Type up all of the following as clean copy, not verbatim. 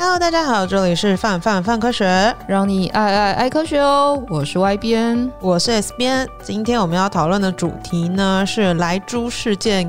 Hello， 大家好，这里是范科学， 让你爱科学哦。我是 Y 边， 我是 S 边。今天我们要讨论的主题呢是莱猪事件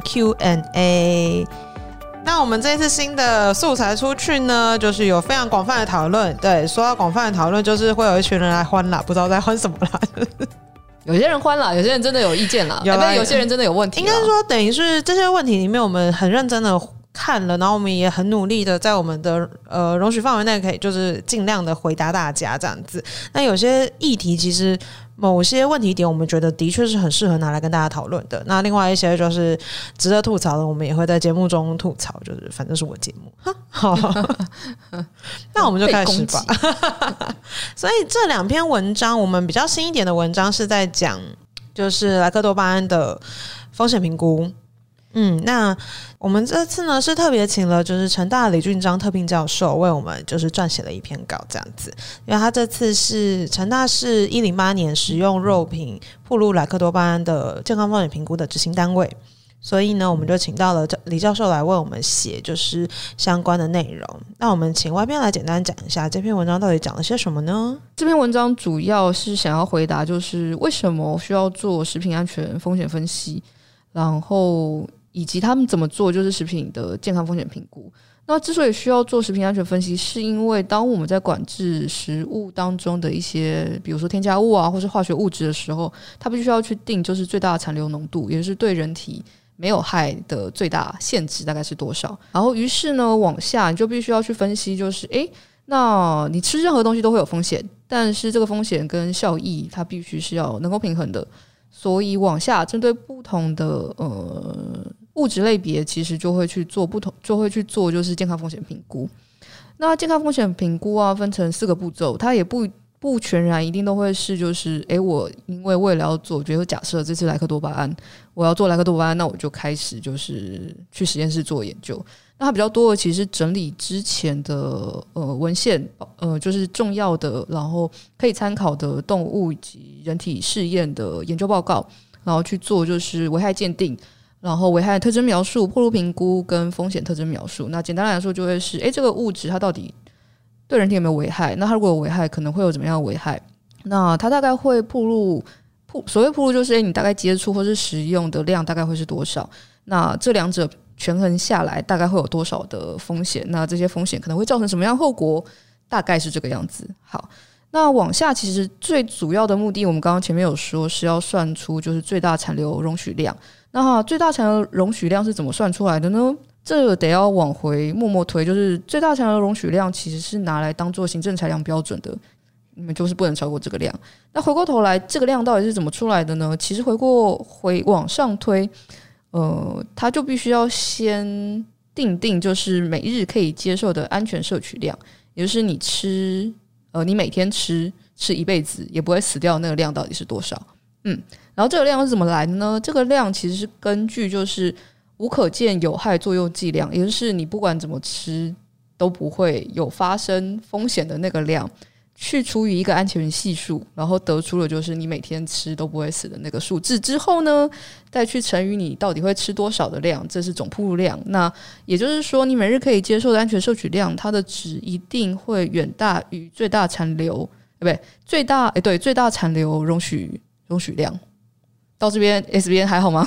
Q&A。那我们这一次新的素材出去呢，就是有非常广泛的讨论。对，说到广泛的讨论，就是会有一群人来欢啦，不知道在欢什么啦。 有些人欢啦，有些人真的有意见啦，有些人真的有问题啦。 应该说，等于是这些问题里面，我们很认真的看了，然后我们也很努力的在我们的容许范围内，可以就是尽量的回答大家这样子。那有些议题其实某些问题点，我们觉得的确是很适合拿来跟大家讨论的。那另外一些就是值得吐槽的，我们也会在节目中吐槽，就是反正是我节目。好，那我们就开始吧。所以这两篇文章，我们比较新一点的文章是在讲就是莱克多巴胺的风险评估。那我们这次呢是特别请了就是成大李俊章特聘教授为我们就是撰写了一篇稿这样子，因为他这次是成大是108年食用肉品暴露莱克多巴胺的健康风险评估的执行单位，所以呢我们就请到了李教授来为我们写就是相关的内容。那我们请外边来简单讲一下这篇文章到底讲了些什么呢？ 这篇文章主要是想要回答就是为什么需要做食品安全风险分析，然后以及他们怎么做就是食品的健康风险评估。那之所以需要做食品安全分析，是因为当我们在管制食物当中的一些比如说添加物啊或是化学物质的时候，它必须要去定就是最大的残留浓度，也就是对人体没有害的最大限值大概是多少。然后于是呢往下你就必须要去分析，就是那你吃任何东西都会有风险，但是这个风险跟效益它必须是要能够平衡的。所以往下针对不同的物质类别，其实就会去做就是健康风险评估。那健康风险评估啊，分成4个步骤，它也不全然一定都会是就是我因为为了要做，比如假设这次莱克多巴胺，我要做莱克多巴胺，那我就开始就是去实验室做研究。那它比较多的其实是整理之前的文献，就是重要的然后可以参考的动物以及人体试验的研究报告，然后去做就是危害鉴定，然后危害特征描述、暴露评估跟风险特征描述。那简单来说就会是这个物质它到底对人体有没有危害，那它如果有危害可能会有怎么样的危害，那它大概会所谓暴露就是你大概接触或是食用的量大概会是多少，那这两者权衡下来大概会有多少的风险，那这些风险可能会造成什么样的后果，大概是这个样子。好，那往下其实最主要的目的我们刚刚前面有说是要算出就是最大残留容许量。那最大残留容许量是怎么算出来的呢？这得要往回默默推，就是最大残留容许量其实是拿来当做行政裁量标准的，你们就是不能超过这个量。那回过头来这个量到底是怎么出来的呢？其实往上推它就必须要先定就是每日可以接受的安全摄取量，也就是你每天吃一辈子也不会死掉那个量到底是多少。然后这个量是怎么来的呢？这个量其实是根据就是无可见有害作用剂量，也就是你不管怎么吃都不会有发生风险的那个量，去除以一个安全系数，然后得出了就是你每天吃都不会死的那个数字之后呢，再去乘以你到底会吃多少的量，这是总暴露量。那也就是说你每日可以接受的安全摄取量，它的值一定会远大于最大残留最大残留容许量。到这边 S 边还好吗？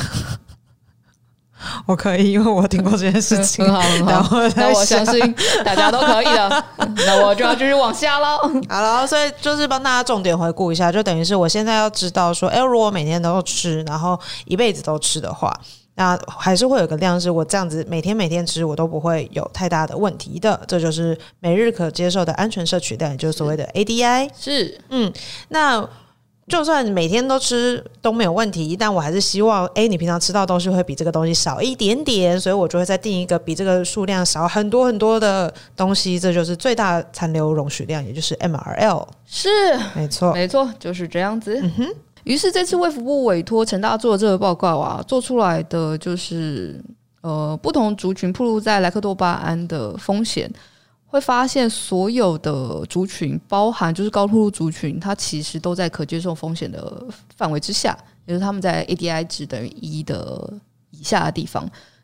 我可以，因为我听过这件事情。 很好，那我相信大家都可以的。那我就要继续往下咯。 好了，所以就是帮大家重点回顾一下，就等于是我现在要知道说如果我每天都吃，然后一辈子都吃的话，那还是会有个量是我这样子每天吃我都不会有太大的问题的，这就是每日可接受的安全摄取量，也就是所谓的 ADI。 是那就算每天都吃都没有问题，但我还是希望你平常吃到的东西会比这个东西少一点点，所以我就会再定一个比这个数量少很多很多的东西，这就是最大残留容许量，也就是 MRL。 是没错就是这样子。于是这次卫福部委托成大做的这个报告啊，做出来的就是不同族群暴露在莱克多巴胺的风险，会发现所有的族群包含就是高暴露族群，它其实都在可接受风险的范围之下，也就是他们在 ADI 值等于1的以下的地方。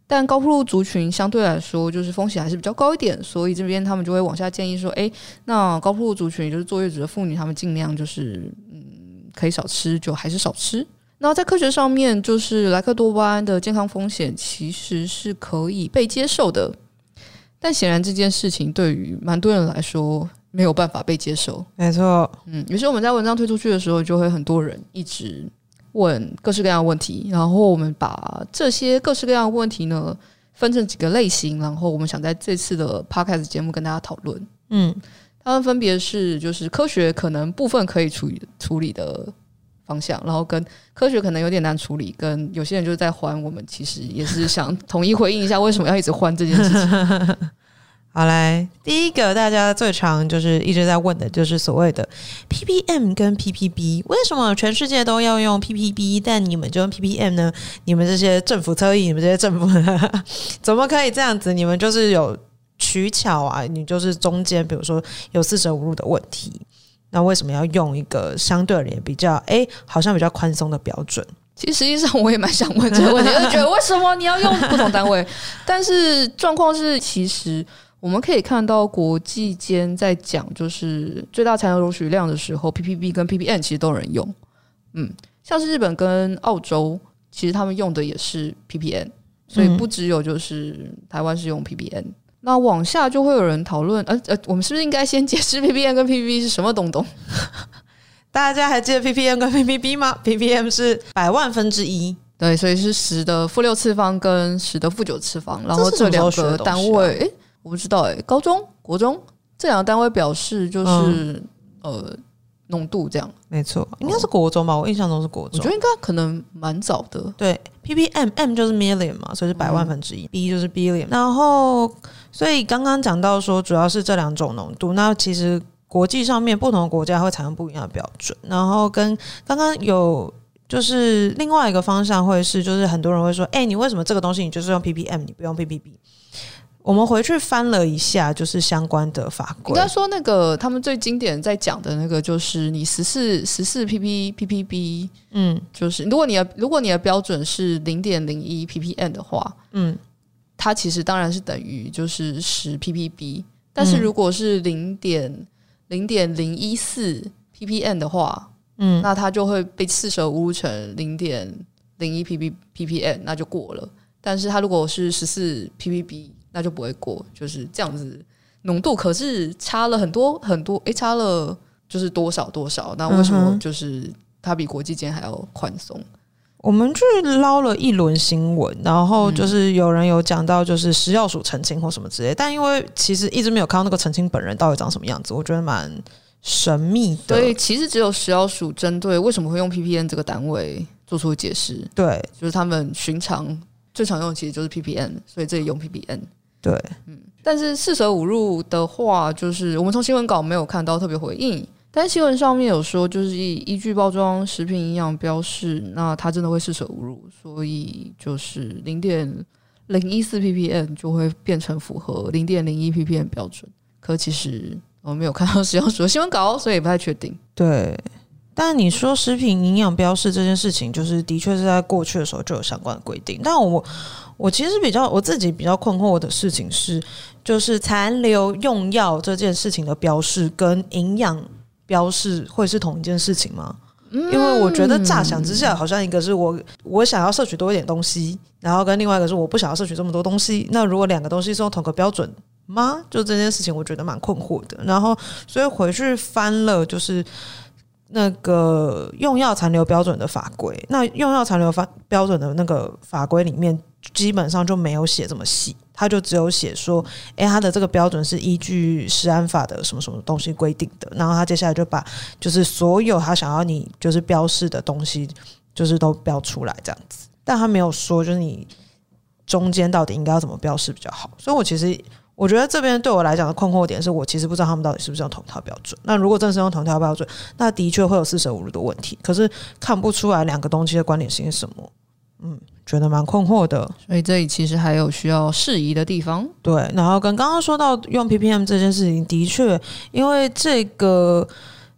但高暴露族群相对来说就是风险还是比较高一点，所以这边他们就会往下建议说，那高暴露族群就是坐月子的妇女，他们尽量就是可以少吃就还是少吃。那在科学上面，就是莱克多巴胺的健康风险其实是可以被接受的，但显然这件事情对于蛮多人来说没有办法被接受。 没错， 于是我们在文章推出去的时候，就会很多人一直问各式各样的问题，然后我们把这些各式各样的问题呢分成几个类型，然后我们想在这次的 podcast 节目跟大家讨论。他们分别是就是科学可能部分可以处理的方向，然后跟科学可能有点难处理，跟有些人就是在欢，我们其实也是想统一回应一下为什么要一直欢这件事情。 好来，第一个大家最常就是一直在问的就是所谓的 ppm 跟 ppb， 为什么全世界都要用 ppb 但你们就用 ppm 呢？你们这些政府侧翼，你们这些政府怎么可以这样子？你们就是有取巧啊，你就是中间比如说有四舍五入的问题，那为什么要用一个相对而言比较好像比较宽松的标准？ 其实实际上我也蛮想问这个问题，就觉得为什么你要用不同单位？但是状况是，其实我们可以看到国际间在讲就是最大残留容许量的时候 ，ppb 跟 ppm 其实都有人用。像是日本跟澳洲，其实他们用的也是 ppm， 所以不只有就是台湾是用 ppm。那往下就会有人讨论，我们是不是应该先解释 ppm 跟 ppb 是什么东东？ 大家还记得 ppm 跟 ppb 吗？ ppm 是百万分之一， 对，所以是10的负6次方跟10的负9次方，然后这两个单位，我不知道高中、国中这两个单位表示就是浓度这样。 没错，应该是国中吧，我印象中是国中。 我觉得应该可能蛮早的。 对 ，ppm M 就是 million 嘛，所以是百万分之一，B 就是 billion。然后，所以刚刚讲到说，主要是这两种浓度。那其实国际上面不同的国家会采用不一样的标准。然后跟刚刚有就是另外一个方向会是，就是很多人会说，你为什么这个东西你就是用 ppm， 你不用 ppb？我们回去翻了一下，就是相关的法规。 应该说，那个他们最经典在讲的那个，就是你14 ppb， 就是如果你的标准是0.01 ppm 的话，它其实当然是等于就是10 ppb， 但是如果是0.014 ppm 的话，那它就会被四舍五入成0.01 ppm， 那就过了。但是它如果是14 ppb，那就不会过，就是这样子浓度，可是差了很多很多，差了就是多少多少，那为什么就是它比国际间还要宽松？ 我们去捞了一轮新闻，然后就是有人有讲到就是食药署澄清或什么之类，但因为其实一直没有看到那个澄清本人到底长什么样子，我觉得蛮神秘的。 所以其实只有食药署针对为什么会用 ppm 这个单位做出解释， 对， 就是他们寻常最常用的其实就是 ppm， 所以这里用 ppm。 对， 但是四舍五入的话，就是我们从新闻稿没有看到特别回应，但新闻上面有说，就是依据包装食品营养标示，那它真的会四舍五入，所以就是0.014 ppm 就会变成符合0.01 ppm 标准。可其实我没有看到食药署的新闻稿，所以也不太确定。 对。但你说食品营养标示这件事情，就是的确是在过去的时候就有相关的规定，但我其实我自己比较困惑的事情是，就是残留用药这件事情的标示跟营养标示会是同一件事情吗？因为我觉得乍想之下，好像一个是我想要摄取多一点东西，然后跟另外一个是我不想要摄取这么多东西。那如果两个东西是用同个标准吗？就这件事情，我觉得蛮困惑的。然后所以回去翻了，就是那个用药残留标准的法规，那用药残留标准的那个法规里面基本上就没有写这么细，它就只有写说它的这个标准是依据食安法的什么什么东西规定的，然后他接下来就把就是所有他想要你就是标示的东西就是都标出来这样子，但他没有说就是你中间到底应该要怎么标示比较好。所以我觉得这边对我来讲的困惑点是，我其实不知道他们到底是不是用同一套标准。那如果真的是用同一套标准，那的确会有四舍五入的问题，可是看不出来两个东西的关联性是什么。觉得蛮困惑的。 所以这里其实还有需要适宜的地方。 对，然后跟刚刚说到用 ppm 这件事情，的确因为这个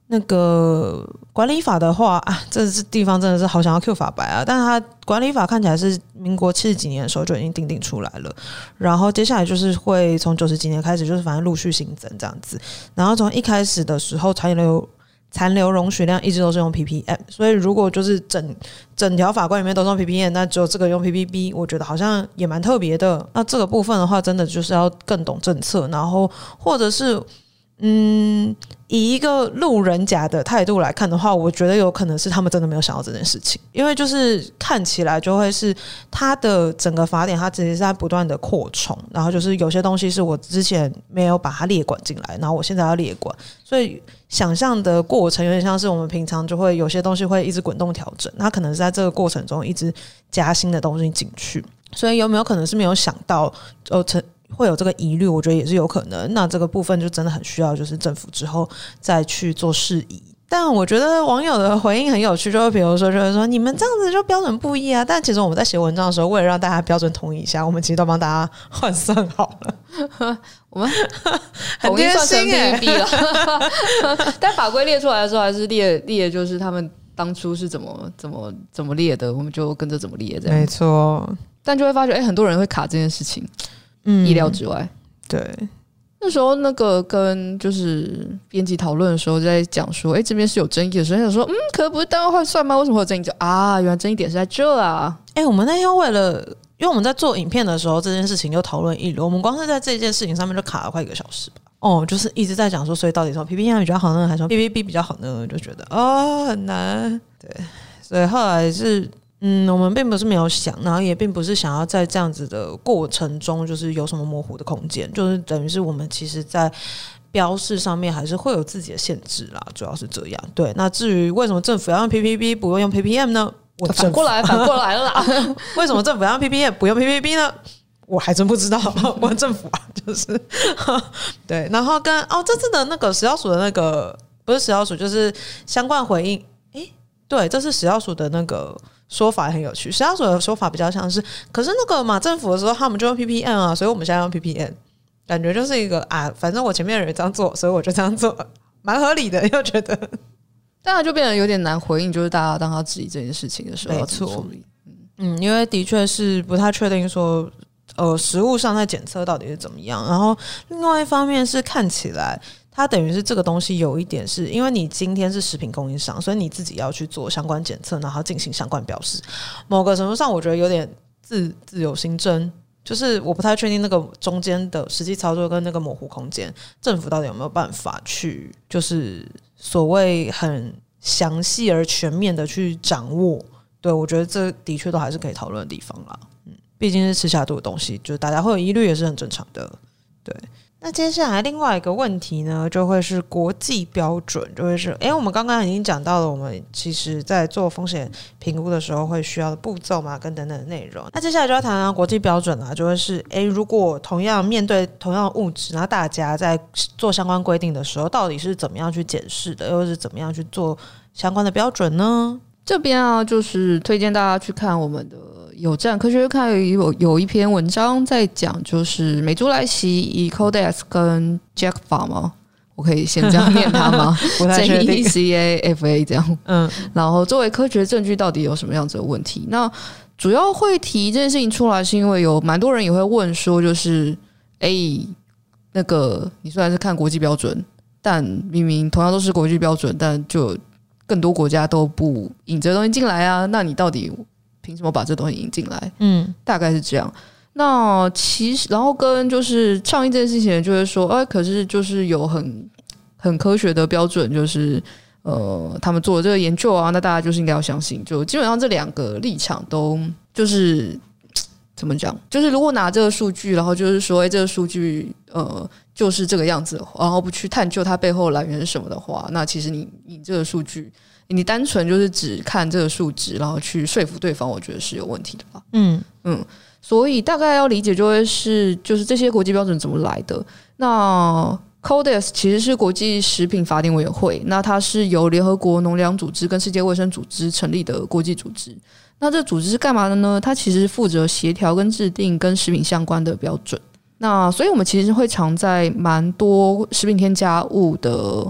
那个管理法的话啊，这地方真的是好想要 Q 法白啊！但是它管理法看起来是民国70几年的时候就已经定出来了，然后接下来就是会从90几年开始，就是反正陆续新增这样子。然后从一开始的时候，残留容许量一直都是用 ppm， 所以如果就是整条法规里面都是用 ppm， 那只有这个用 ppb， 我觉得好像也蛮特别的。那这个部分的话，真的就是要更懂政策，然后或者是以一个路人甲的态度来看的话，我觉得有可能是他们真的没有想到这件事情，因为就是看起来就会是它的整个法典它其实是在不断的扩充，然后就是有些东西是我之前没有把它列管进来，然后我现在要列管，所以想象的过程有点像是我们平常就会有些东西会一直滚动调整，它可能是在这个过程中一直加新的东西进去，所以有没有可能是没有想到会有这个疑虑，我觉得也是有可能。那这个部分就真的很需要就是政府之后再去做释疑。但我觉得网友的回应很有趣，就会比如说就会说你们这样子就标准不一啊，但其实我们在写文章的时候为了让大家标准统一一下，我们其实都帮大家换算好了我们很贴心耶但法规列出来的时候还是列就是他们当初是怎么列的，我们就跟着怎么列这样。 没错， 但就会发觉很多人会卡这件事情，意料之外。 对， 那时候那个跟就是编辑讨论的时候，在讲说，这边是有争议的时候，想说，可不是单位换算吗？为什么会有争议？就原来争议点是在这啊！ 我们那天因为我们在做影片的时候，这件事情就讨论一轮，我们光是在这件事情上面就卡了快1个小时吧。就是一直在讲说，所以到底说 ppm 比较好呢，还是说 ppb 比较好呢？就觉得很难。对，所以后来是。我们并不是没有想，然后也并不是想要在这样子的过程中就是有什么模糊的空间，就是等于是我们其实在标示上面还是会有自己的限制啦，主要是这样。对，那至于为什么政府要用 ppb 不用 ppm 呢？我反过来了啦为什么政府要用 ppm 不用 ppb 呢？我还真不知道，问政府啊，就是对，然后跟这次的那个食药署的那个不是食药署，就是相关回应，对，这是食药署的那个说法很有趣，食药署的说法比较像是，可是那个马政府的时候他们就用 ppm 啊，所以我们现在用 ppm， 感觉就是一个反正我前面的人这样做，所以我就这样做，蛮合理的，又觉得， 当然就变得有点难回应，就是大家当他质疑这件事情的时候要怎么处理。 因为的确是不太确定说实物上在检测到底是怎么样，然后另外一方面是看起来它等于是这个东西有一点是因为你今天是食品供应商，所以你自己要去做相关检测，然后进行相关标示，某个程度上我觉得有点自由心证，就是我不太确定那个中间的实际操作跟那个模糊空间政府到底有没有办法去就是所谓很详细而全面的去掌握。对，我觉得这的确都还是可以讨论的地方啦。毕竟是吃下肚的东西，就是大家会有疑虑也是很正常的。对，那接下来另外一个问题呢，就会是国际标准，就会是我们刚刚已经讲到了，我们其实在做风险评估的时候会需要的步骤嘛，跟等等的内容。那接下来就要谈谈国际标准啦，就会是如果同样面对同样的物质，那大家在做相关规定的时候，到底是怎么样去检视的，又是怎么样去做相关的标准呢？ 这边啊，就是推荐大家去看我们的有站科学月刊有一篇文章在讲，就是美猪来袭以 Codex 跟 JACFA 吗？我可以先这样念它吗？ 不太确定 JECAFA 这样。然后作为科学证据到底有什么样子的问题？那主要会提这件事情出来，是因为有蛮多人也会问说，就是那个你虽然是看国际标准，但明明同样都是国际标准，但就更多国家都不引这东西进来啊，那你到底凭什么把这东西引进来？大概是这样。那其实然后跟就是倡议这件事情的人就会说，可是就是有很科学的标准，就是他们做的这个研究啊，那大家就是应该要相信。就基本上这两个立场都就是怎么讲？就是如果拿这个数据，然后就是说，这个数据就是这个样子，然后不去探究它背后来源是什么的话，那其实你这个数据，你单纯就是只看这个数值，然后去说服对方，我觉得是有问题的吧。所以大概要理解就会是，就是这些国际标准怎么来的。那 Codex 其实是国际食品法典委员会，那它是由联合国农粮组织跟世界卫生组织成立的国际组织。那这个组织是干嘛的呢？它其实负责协调跟制定跟食品相关的标准。那所以我们其实会常在蛮多食品添加物的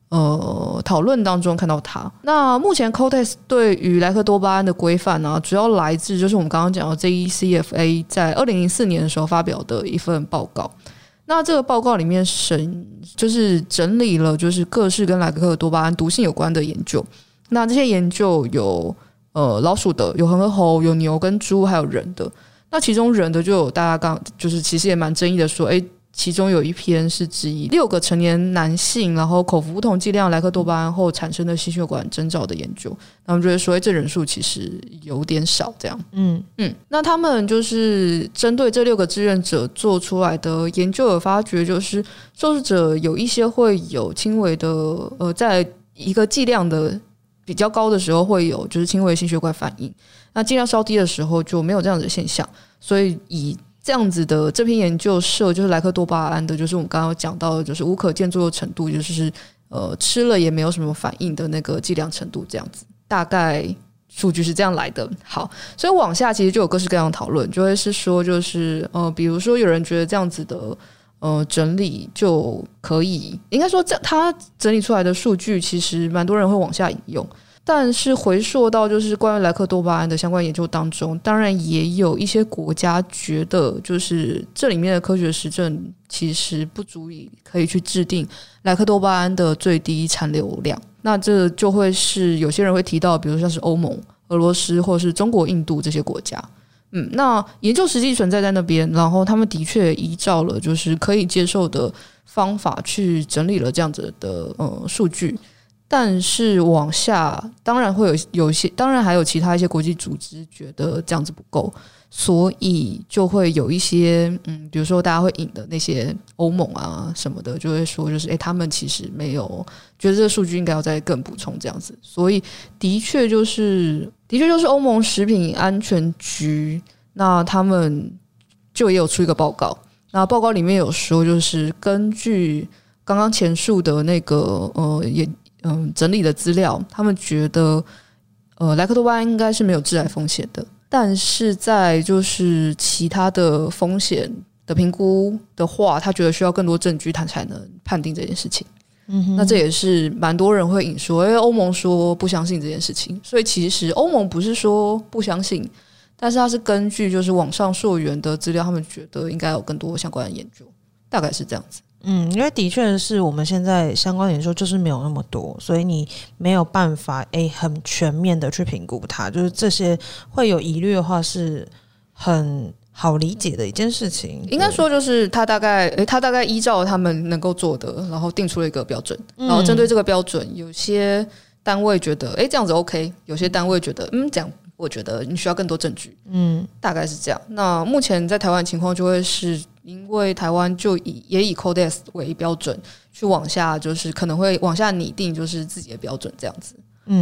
讨论当中看到它。那目前 Codex 对于莱克多巴胺的规范呢，主要来自就是我们刚刚讲的 JECFA 在2004年的时候发表的一份报告。那这个报告里面就是整理了就是各式跟莱克多巴胺毒性有关的研究。那这些研究有老鼠的，有恒河猴，有牛跟猪，还有人的。那其中人的就有大家刚就是其实也蛮争议的说，其中有一篇是质疑6个成年男性然后口服不同剂量莱克多巴胺后产生的心血管征兆的研究，他们就会说这人数其实有点少这样。那他们就是针对这6个志愿者做出来的研究有发觉，就是受试者有一些会有轻微的在一个剂量的比较高的时候会有就是轻微心血管反应，那剂量稍低的时候就没有这样子的现象。所以以这样子的这篇研究就是莱克多巴胺的，就是我们刚刚讲到的就是无可见作用程度，就是吃了也没有什么反应的那个剂量程度，这样子大概数据是这样来的。好，所以往下其实就有各式各样的讨论，就会是说就是比如说有人觉得这样子的整理就可以，应该说他整理出来的数据其实蛮多人会往下引用。但是回溯到就是关于莱克多巴胺的相关研究当中，当然也有一些国家觉得就是这里面的科学实证其实不足以可以去制定莱克多巴胺的最低残留量。那这就会是有些人会提到比如像是欧盟、俄罗斯或是中国、印度这些国家。那研究实际存在在那边，然后他们的确依照了就是可以接受的方法去整理了这样子的数据。但是往下当然会有一些，当然还有其他一些国际组织觉得这样子不够，所以就会有一些比如说大家会引的那些欧盟啊什么的，就会说就是他们其实没有觉得这个数据应该要再更补充这样子。所以的确就是欧盟食品安全局，那他们就也有出一个报告，那报告里面有说就是根据刚刚前述的那个整理的资料，他们觉得莱克多巴胺应该是没有致癌风险的，但是在就是其他的风险的评估的话，他觉得需要更多证据他才能判定这件事情。那这也是蛮多人会引说欧盟说不相信这件事情，所以其实欧盟不是说不相信，但是他是根据就是网上溯源的资料，他们觉得应该有更多相关的研究，大概是这样子。 因为的确是我们现在相关研究就是没有那么多，所以你没有办法很全面的去评估它，就是这些会有疑虑的话是很好理解的一件事情。 应该说就是他大概依照他们能够做的，然后定出了一个标准，然后针对这个标准，有些单位觉得这样子 OK， 有些单位觉得这样我觉得你需要更多证据。大概是这样。那目前在台湾情况就会是因为台湾就也以 Codex 为标准去往下，就是可能会往下拟定就是自己的标准这样子。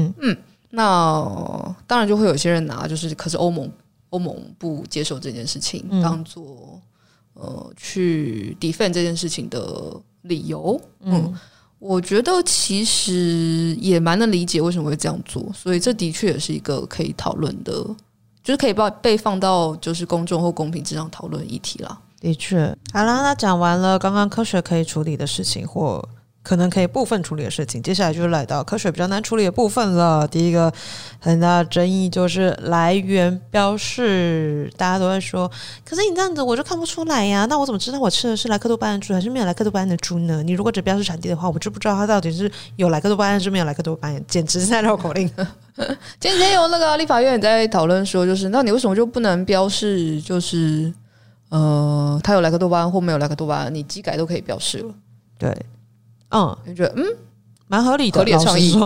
那当然就会有些人拿就是可是欧盟不接受这件事情当做去 defend 这件事情的理由。我觉得其实也蛮能理解为什么会这样做，所以这的确也是一个可以讨论的，就是可以被放到就是公众或公平之上讨论的议题啦。 的确。好啦，那讲完了刚刚科学可以处理的事情或可能可以部分处理的事情，接下来就来到科学比较难处理的部分了。第一个很大的争议就是来源标示，大家都会说可是你这样子我就看不出来呀，那我怎么知道我吃的是莱克多巴胺猪还是没有莱克多巴胺的猪呢？你如果只标示产地的话，我就不知道它到底是有莱克多巴胺还是没有莱克多巴胺，简直是在绕口令。 今天有那个立法院也在讨论说，就是那你为什么就不能标示就是它有莱克多巴胺或没有莱克多巴胺，你基改都可以标示了。 对， 你觉得蛮合理的， 合理的倡议。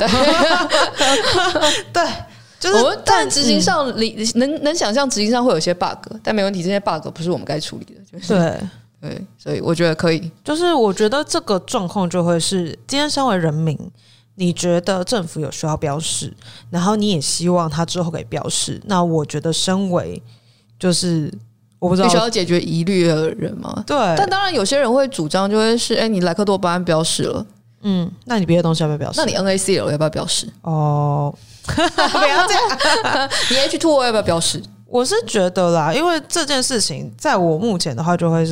对，就是但执行上能想象执行上会有一些 bug， 但没问题，这些 bug 不是我们该处理的。就是、对，所以我觉得可以。 就是我觉得这个状况就会是，今天身为人民，你觉得政府有需要标示，然后你也希望他之后给标示，那我觉得身为就是我不知道必须要解决疑虑的人嘛。 对， 但当然有些人会主张就会是你莱克多巴胺标示了， 那你别的东西要不要标示？ 那你 NaCl 要不要标示？ 不要这样。 你 H2O 要不要标示？ 我是觉得啦，因为这件事情在我目前的话就会是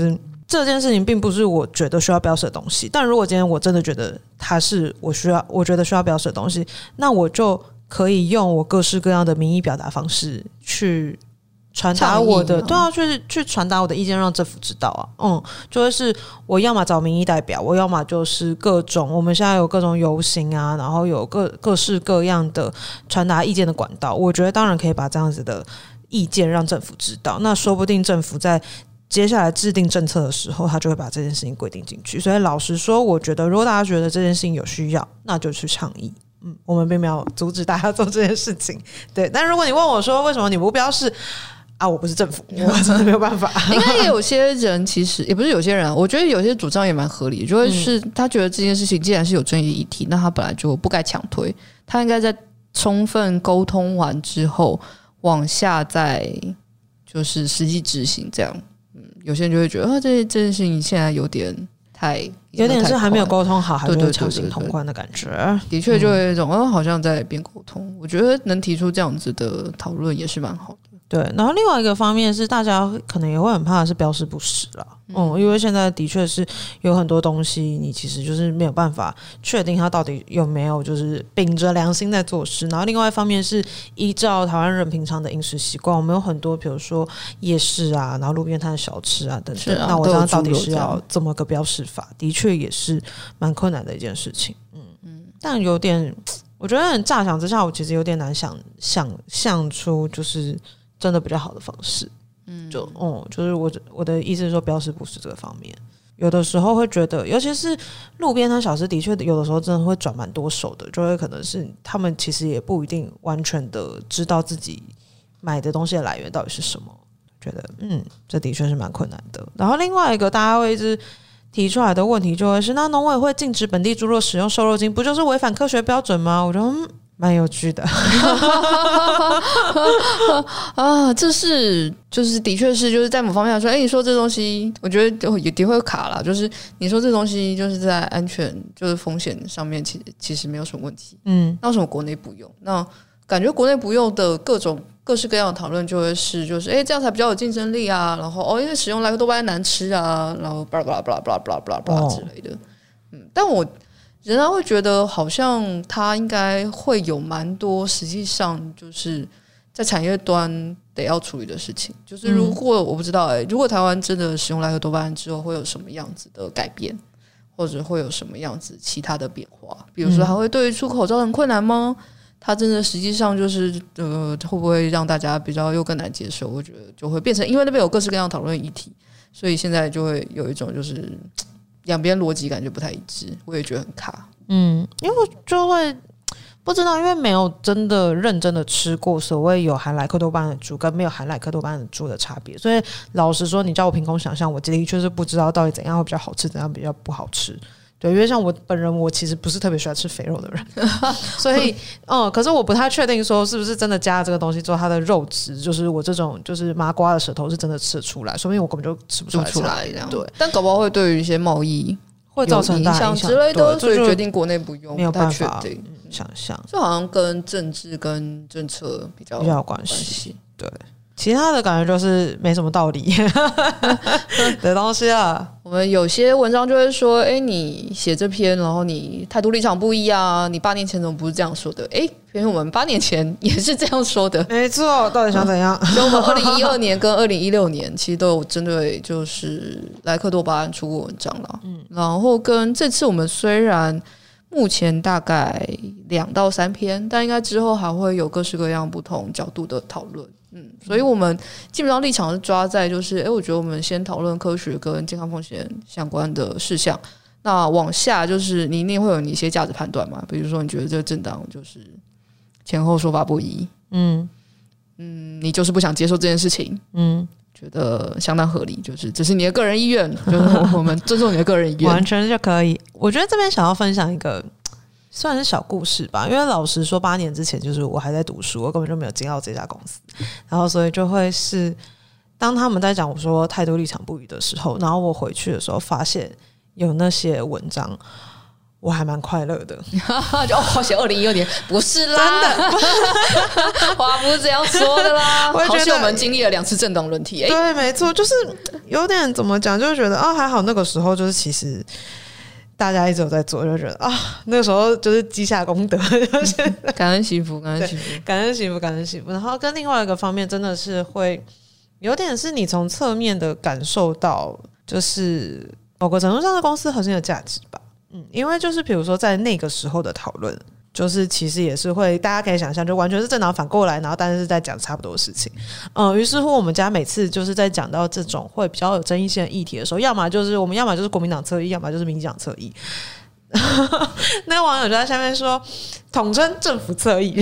这件事情并不是我觉得需要标示的东西，但如果今天我真的觉得它是我觉得需要标示的东西，那我就可以用我各式各样的民意表达方式去传达我的，对啊，去传达我的意见，让政府知道啊。就会是我要么找民意代表，我要么就是各种我们现在有各种游行啊，然后有各式各样的传达意见的管道。我觉得当然可以把这样子的意见让政府知道，那说不定政府在接下来制定政策的时候，他就会把这件事情规定进去。所以老实说，我觉得如果大家觉得这件事情有需要，那就去倡议。我们并没有阻止大家做这件事情，对。但如果你问我说为什么你不标示啊，我不是政府，我真的没有办法。 应该也有些人其实也不是有些人，我觉得有些主张也蛮合理的，就会是他觉得这件事情既然是有争议议题，那他本来就不该强推，他应该在充分沟通完之后往下再就是实际执行这样。有些人就会觉得这件事情现在有点是还没有沟通好，还是强行通关的感觉。 的确就会有一种好像在边沟通。我觉得能提出这样子的讨论也是蛮好的。 对，然后另外一个方面是大家可能也会很怕的是标示不实啦。因为现在的确是有很多东西你其实就是没有办法确定它到底有没有就是秉着良心在做事。然后另外一方面是依照台湾人平常的饮食习惯，我们有很多比如说夜市啊，然后路边摊小吃啊等等，那我这样到底是要怎么个标示法，的确也是蛮困难的一件事情。但有点我觉得很乍想之下，我其实有点难想象出就是真的比较好的方式。就是我的意思是说标示不是这个方面，有的时候会觉得尤其是路边摊小吃的确有的时候真的会转蛮多手的，就会可能是他们其实也不一定完全的知道自己买的东西的来源到底是什么，觉得这的确是蛮困难的。然后另外一个大家会一直提出来的问题就会是，那农委会禁止本地猪肉使用瘦肉精，不就是违反科学标准吗？我觉得蛮有趣的这是就是的确是就是在某方面来说，你说这东西，我觉得也会卡啦。就是你说这东西就是在安全就是风险上面，其实没有什么问题。那为什么国内不用？那感觉国内不用的各式各样的讨论就会是就是这样才比较有竞争力啊，然后因为使用莱克多巴胺难吃啊，然后巴拉巴拉巴拉巴拉巴拉巴拉巴拉之类的。但我仍然会觉得好像它应该会有蛮多实际上就是在产业端得要处理的事情。就是如果我不知道如果台湾真的使用莱克多巴胺之后会有什么样子的改变，或者会有什么样子其他的变化，比如说它会对于出口造成困难吗？它真的实际上就是会不会让大家比较又更难接受？我觉得就会变成因为那边有各式各样讨论议题，所以现在就会有一种就是两边逻辑感觉不太一致，我也觉得很卡。因为我就会不知道，因为没有真的认真的吃过所谓有含莱克多巴胺的猪跟没有含莱克多巴胺的猪的差别，所以老实说，你叫我凭空想象，我的确是不知道到底怎样会比较好吃，怎样比较不好吃。对，因为像我本人，我其实不是特别喜欢吃肥肉的人，所以可是我不太确定说是不是真的加了这个东西之后，它的肉质就是我这种就是麻瓜的舌头是真的吃得出来，说明我根本就吃不出来这样。对， 但搞不好会对于一些贸易会造成大影响之类的，所以决定国内不用， 没有办法确定想象， 就好像跟政治跟政策比较有关系。对。其他的感觉就是没什么道理的东西啊。 我们有些文章就会说你写这篇然后你态度立场不一啊，你8年前怎么不是这样说的？偏偏我们8年前也是这样说的。 没错，到底想怎样？ 所以我们2012年跟2016年其实都有针对就是莱克多巴胺出过文章啦。然后跟这次我们虽然目前大概2到3篇，但应该之后还会有各式各样不同角度的讨论。所以我们基本上立场是抓在就是我觉得我们先讨论科学跟健康风险相关的事项，那往下就是你一定会有你一些价值判断嘛，比如说你觉得这个政党就是前后说法不一，你就是不想接受这件事情，觉得相当合理，就是这是你的个人意愿，就是我们尊重你的个人意愿， 完全就可以。我觉得这边想要分享一个算是小故事吧，因为老实说8年之前就是我还在读书，我根本就没有进到这家公司，然后所以就会是当他们在讲我说态度立场不一的时候，然后我回去的时候发现有那些文章， 我还蛮快乐的。 就好写2012年，不是啦，真的话不是这样说的啦。好像我们经历了2次政党轮替， 对，没错，就是有点怎么讲，就是觉得还好那个时候就是其实大家一直有在做，就觉得那个时候就是积下功德，就是感恩惜福，感恩惜福， 感恩惜福，感恩惜福。然后跟另外一个方面，真的是会有点是你从侧面的感受到，就是某个程度上的公司核心的价值吧。因为就是比如说在那个时候的讨论，就是其实也是会大家可以想象，就完全是政党反过来，然后但是在讲差不多的事情。于是乎我们家每次就是在讲到这种会比较有争议性的议题的时候，要么就是国民党侧翼，要么就是民进党侧翼。那个网友就在下面说统称政府侧翼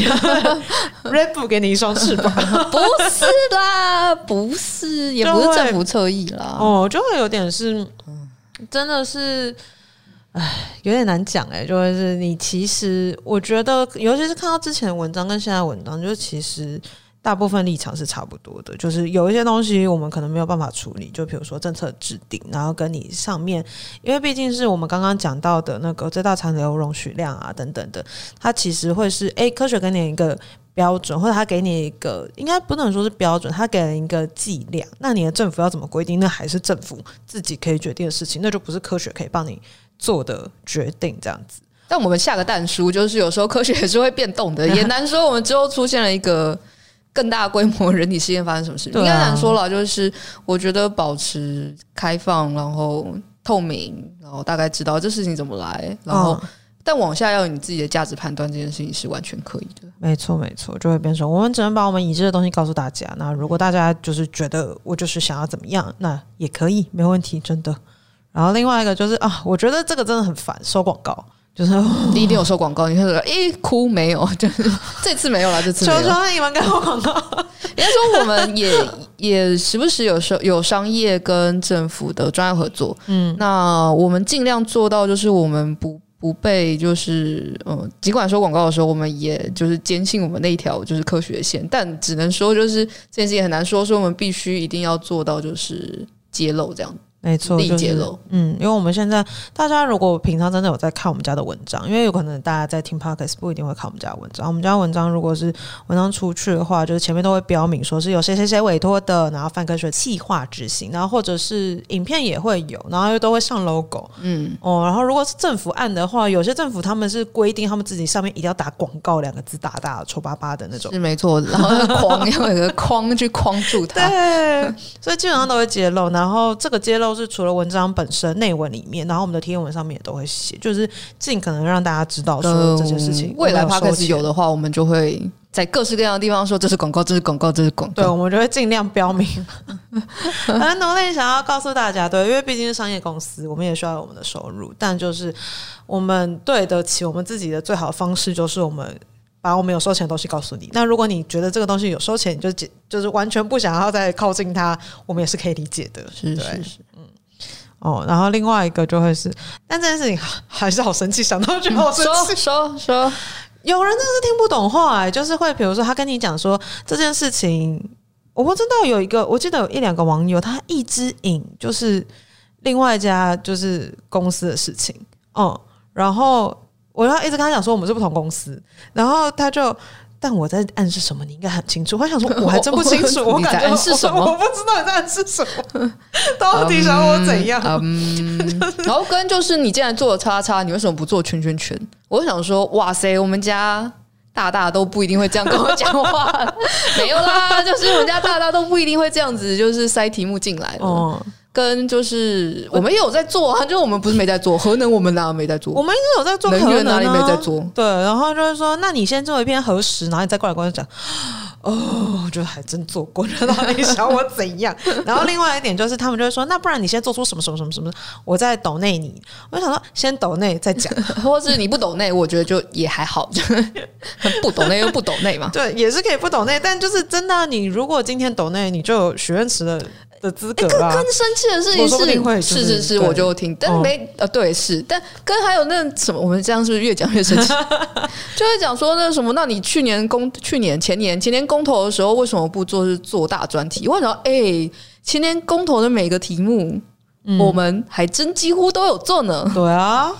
Red Bull 给你一双翅膀不是啦，不是，也不是政府侧翼啦。 就会有点是真的是有点难讲就会是你其实我觉得尤其是看到之前的文章跟现在的文章，就其实大部分立场是差不多的，就是有一些东西我们可能没有办法处理，就比如说政策制定，然后跟你上面，因为毕竟是我们刚刚讲到的那个最大残留容许量啊等等的，它其实会是科学给你一个标准，或者他给你一个应该不能说是标准，他给了一个剂量，那你的政府要怎么规定，那还是政府自己可以决定的事情，那就不是科学可以帮你做的决定这样子。 但我们下个蛋书就是有时候科学也是会变动的，也难说我们之后出现了一个更大规模人体试验发生什么事，应该难说了。就是我觉得保持开放，然后透明，然后大概知道这事情怎么来，然后但往下要有你自己的价值判断，这件事情是完全可以的。 没错没错，就会变成我们只能把我们已知的东西告诉大家，那如果大家就是觉得我就是想要怎么样，那也可以，没问题，真的。然后另外一个就是我觉得这个真的很烦，收广告。就是你一定有收广告，你会说哭没有，就是这次没有了，这次没有。 求求你们给我广告。 应该说我们也时不时有商业跟政府的专业合作，那我们尽量做到就是我们不被就是尽管收广告的时候，我们也就是坚信我们那一条就是科学线，但只能说就是这件事情很难说我们必须一定要做到就是揭露这样。 没错，就是因为我们现在大家如果平常真的有在看我们家的文章，因为有可能大家在听 podcast 不一定会看我们家的文章，我们家的文章如果是文章出去的话，就是前面都会标明说是由谁谁谁委托的，然后泛科学企划执行，然后或者是影片也会有，然后又都会上 logo，然后如果是政府案的话，有些政府他们是规定他们自己上面一定要打广告2个字，大大的丑巴巴的那种， 是没错，然后框要有一个框去框住它， 对，所以基本上都会揭露，然后这个揭露是除了文章本身内文里面，然后我们的贴文上面也都会写，就是尽可能让大家知道说这些事情。 未来 podcast 有的话，我们就会在各式各样的地方说这是广告，这是广告，这是广告。 对，我们就会尽量标明。很努力想要告诉大家，对，因为毕竟是商业公司，我们也需要有我们的收入，但就是我们对得起我们自己的最好的方式，就是我们把我们有收钱的东西告诉你。那如果你觉得这个东西有收钱，你就是完全不想要再靠近它，我们也是可以理解的。 是， 然后另外一个就会是，但这件事情还是好生气，想到就好生气。 说， 有人真的是听不懂话就是会比如说他跟你讲说这件事情，我不知道有一个，我记得有1-2个网友，他一直引就是另外一家就是公司的事情，然后我要一直跟他讲说我们是不同公司，然后他就。但我在暗示什么？你应该很清楚。我想说，我还真不清楚。我感觉暗示什么？ 我不知道你在暗示什么。到底想我怎样？ 然后跟就是你既然做了叉叉，你为什么不做圈圈圈？我想说，哇塞，我们家大都不一定会这样跟我讲话。没有啦，就是我们家大都不一定会这样子，就是塞题目进来了。跟就是我们也有在做啊，就是我们不是没在做，核能我们哪没在做？ 我们一直有在做核能源哪里没在做？ 对，然后就是说，那你先做一篇核实，然后你再过来跟我讲。我觉得还真做过，到底想我怎样？然后另外一点就是，他们就会说，那不然你先做出什么什么什么什么，我再抖内你。我就想说，先抖内再讲， 或是你不抖内，我觉得就也还好，不抖内又不抖内嘛。 对，也是可以不抖内，但就是真的，你如果今天抖内，你就有许愿池的资格啊。 更生气的事情是，我就听，但没对是，但跟还有那什么，我们这样是不是越讲越生气？就会讲说那什么，那你前年公投的时候为什么不做大专题？我想前年公投的每个题目，我们还真几乎都有做呢。 对啊，就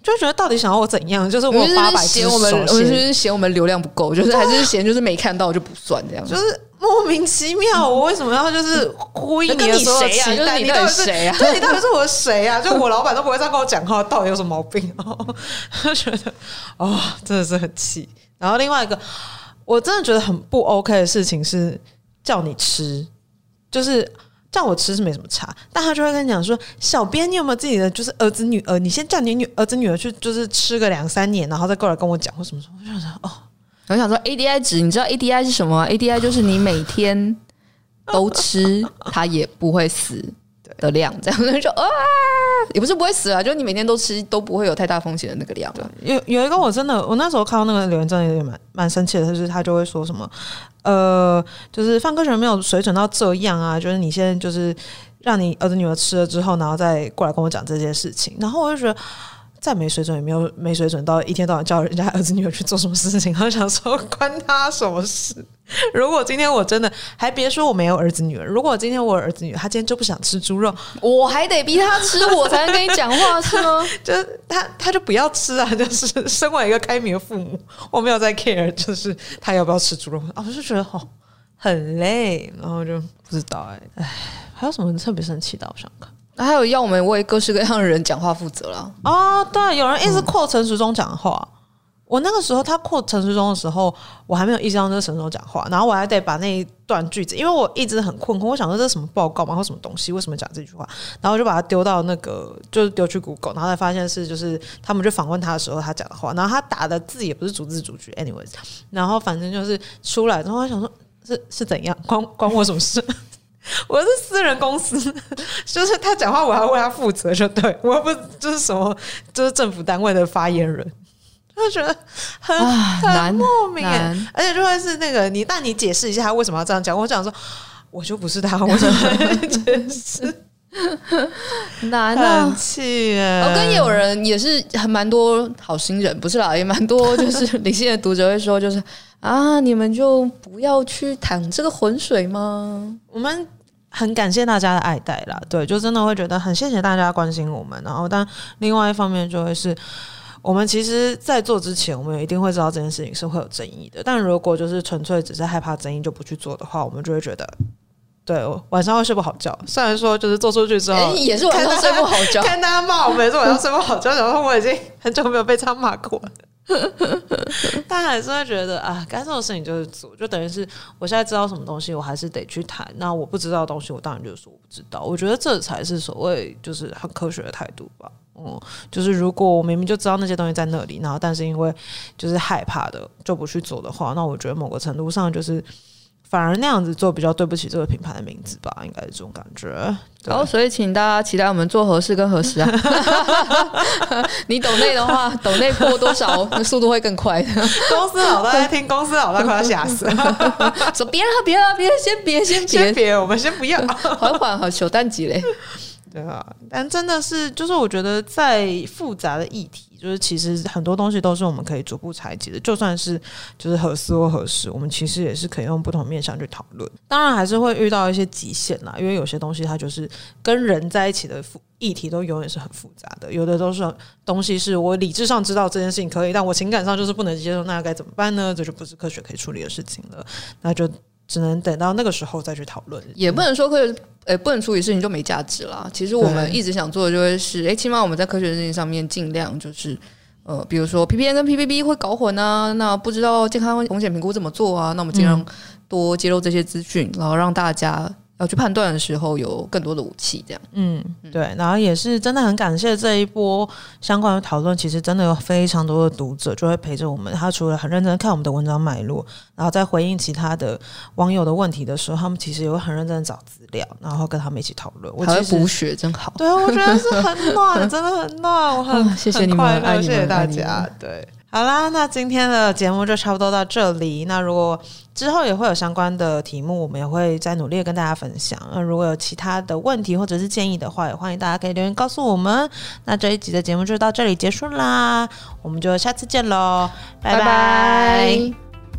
就觉得到底想要我怎样？就是我有800只手我们就是嫌我们流量不够，就是还是嫌就是没看到就不算这样， 就是莫名其妙。我为什么要就是呼应你的所有期待？ 就是你到底是谁啊？ 对，你到底是我的谁啊？就我老板都不会这样跟我讲话，到底有什么毛病？就觉得真的是很气。然后另外一个，我真的觉得很不 OK 的事情是叫你吃，就是叫我吃是没什么差，但他就会跟你讲说，小编你有没有自己的就是儿子女儿？你先叫你儿子女儿去就是吃个2-3年，然后再过来跟我讲或什么什么。我就想我想说 ADI 值，你知道 ADI 是什么？ADI 就是你每天都吃，它也不会死的量，这样就也不是不会死啊，就是你每天都吃都不会有太大风险的那个量。 有一个我那时候看到那个留言真的有点蛮生气的，就是他就会说什么就是范科学没有水准到这样啊，就是你先就是让你儿子女儿吃了之后，然后再过来跟我讲这件事情，然后我就觉得。再没水准也没水准到一天到晚叫人家儿子女儿去做什么事情，然后想说关他什么事？如果今天我真的还别说我没有儿子女儿，如果今天我有儿子女儿，他今天就不想吃猪肉， 我还得逼他吃，我才能跟你讲话是吗？ 就是他就不要吃啊！就是身为一个开明的父母，我没有在 care， 就是他要不要吃猪肉我就觉得很累，然后就不知道还有什么特别生气的？我想看。 还有要我们为各式各样的人讲话负责啦。 对，有人一直quote陈时中讲话。我那个时候他quote陈时中的时候，我还没有意识到那是陈时中讲话，然后我还得把那一段句子，因为我一直很困惑，我想说这是什么报告吗，或什么东西，为什么讲这句话？然后我就把它丢到就是丢去 Google， 然后才发现是就是他们去访问他的时候他讲的话，然后他打的字也不是逐字逐句 ，anyways， 然后反正就是出来之后，我想说是怎样，关我什么事？我是私人公司，就是他讲话我还为他负责，就对我又不就是什么就是政府单位的发言人，就觉得很莫名而且就会是那个但你解释一下他为什么要这样讲。我讲说我就不是他，我怎么解释？ 难啊， 很气跟也有人也是很蛮多好心人，不是啦，也蛮多就是理性的读者会说，就是你们就不要去淌这个浑水吗？ 我们很感谢大家的爱戴啦，对，就真的会觉得很谢谢大家关心我们。然后，但另外一方面就会是，我们其实在做之前，我们一定会知道这件事情是会有争议的。但如果就是纯粹只是害怕争议就不去做的话，我们就会觉得。对，晚上会睡不好觉。虽然说就是做出去之后， 也是晚上睡不好觉。 看大家骂我，每次晚上睡不好觉，然后我已经很久没有被这样骂过了。但还是会觉得该做的事情就是做，就等于是我现在知道什么东西，我还是得去谈。那我不知道的东西，我当然就说我不知道。我觉得这才是所谓就是很科学的态度吧。就是如果我明明就知道那些东西在那里，然后但是因为就是害怕的就不去做的话，那我觉得某个程度上就是反而那样子做比较对不起这个品牌的名字吧，应该是这种感觉。 所以请大家期待我们做合适跟合适啊。你抖内的话，抖内破多少速度会更快的。 公司老大在听，公司老大快要吓死了。 说别先别， 我们先不要， 缓缓好求淡季嘞。 对啊，但真的是，就是我觉得在复杂的议题，就是其实很多东西都是我们可以逐步拆解的。就算是就是核四或核实，我们其实也是可以用不同面向去讨论。当然还是会遇到一些极限啦，因为有些东西它就是跟人在一起的议题都永远是很复杂的。有的都是东西是我理智上知道这件事情可以，但我情感上就是不能接受，那该怎么办呢？这就不是科学可以处理的事情了，那就只能等到那个时候再去讨论。 也不能说不能处理事情就没价值啦。其实我们一直想做的就会是，起码我们在科学的事情上面尽量就是比如说 PPN 跟 PPB 会搞混啊，那不知道健康风险评估怎么做啊，那我们尽量多揭露这些资讯，然后让大家要去判断的时候有更多的武器这样。 对，然后也是真的很感谢这一波相关的讨论，其实真的有非常多的读者就会陪着我们，他除了很认真看我们的文章脉络，然后在回应其他的网友的问题的时候，他们其实也会很认真的找资料，然后跟他们一起讨论。我还会补血，真好。 对，我觉得是很暖，真的很暖，我很谢谢你们， 爱你们，谢谢大家。对。好啦，那今天的节目就差不多到这里。那如果之后也会有相关的题目，我们也会再努力的跟大家分享。那如果有其他的问题或者是建议的话，也欢迎大家可以留言告诉我们。那这一集的节目就到这里结束啦，我们就下次见咯，拜拜。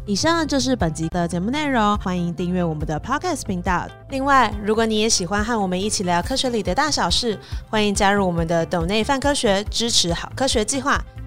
以上就是本集的节目内容，欢迎订阅我们的 Podcast 频道。另外，如果你也喜欢和我们一起聊科学里的大小事，欢迎加入我们的斗内泛科学，支持好科学计划。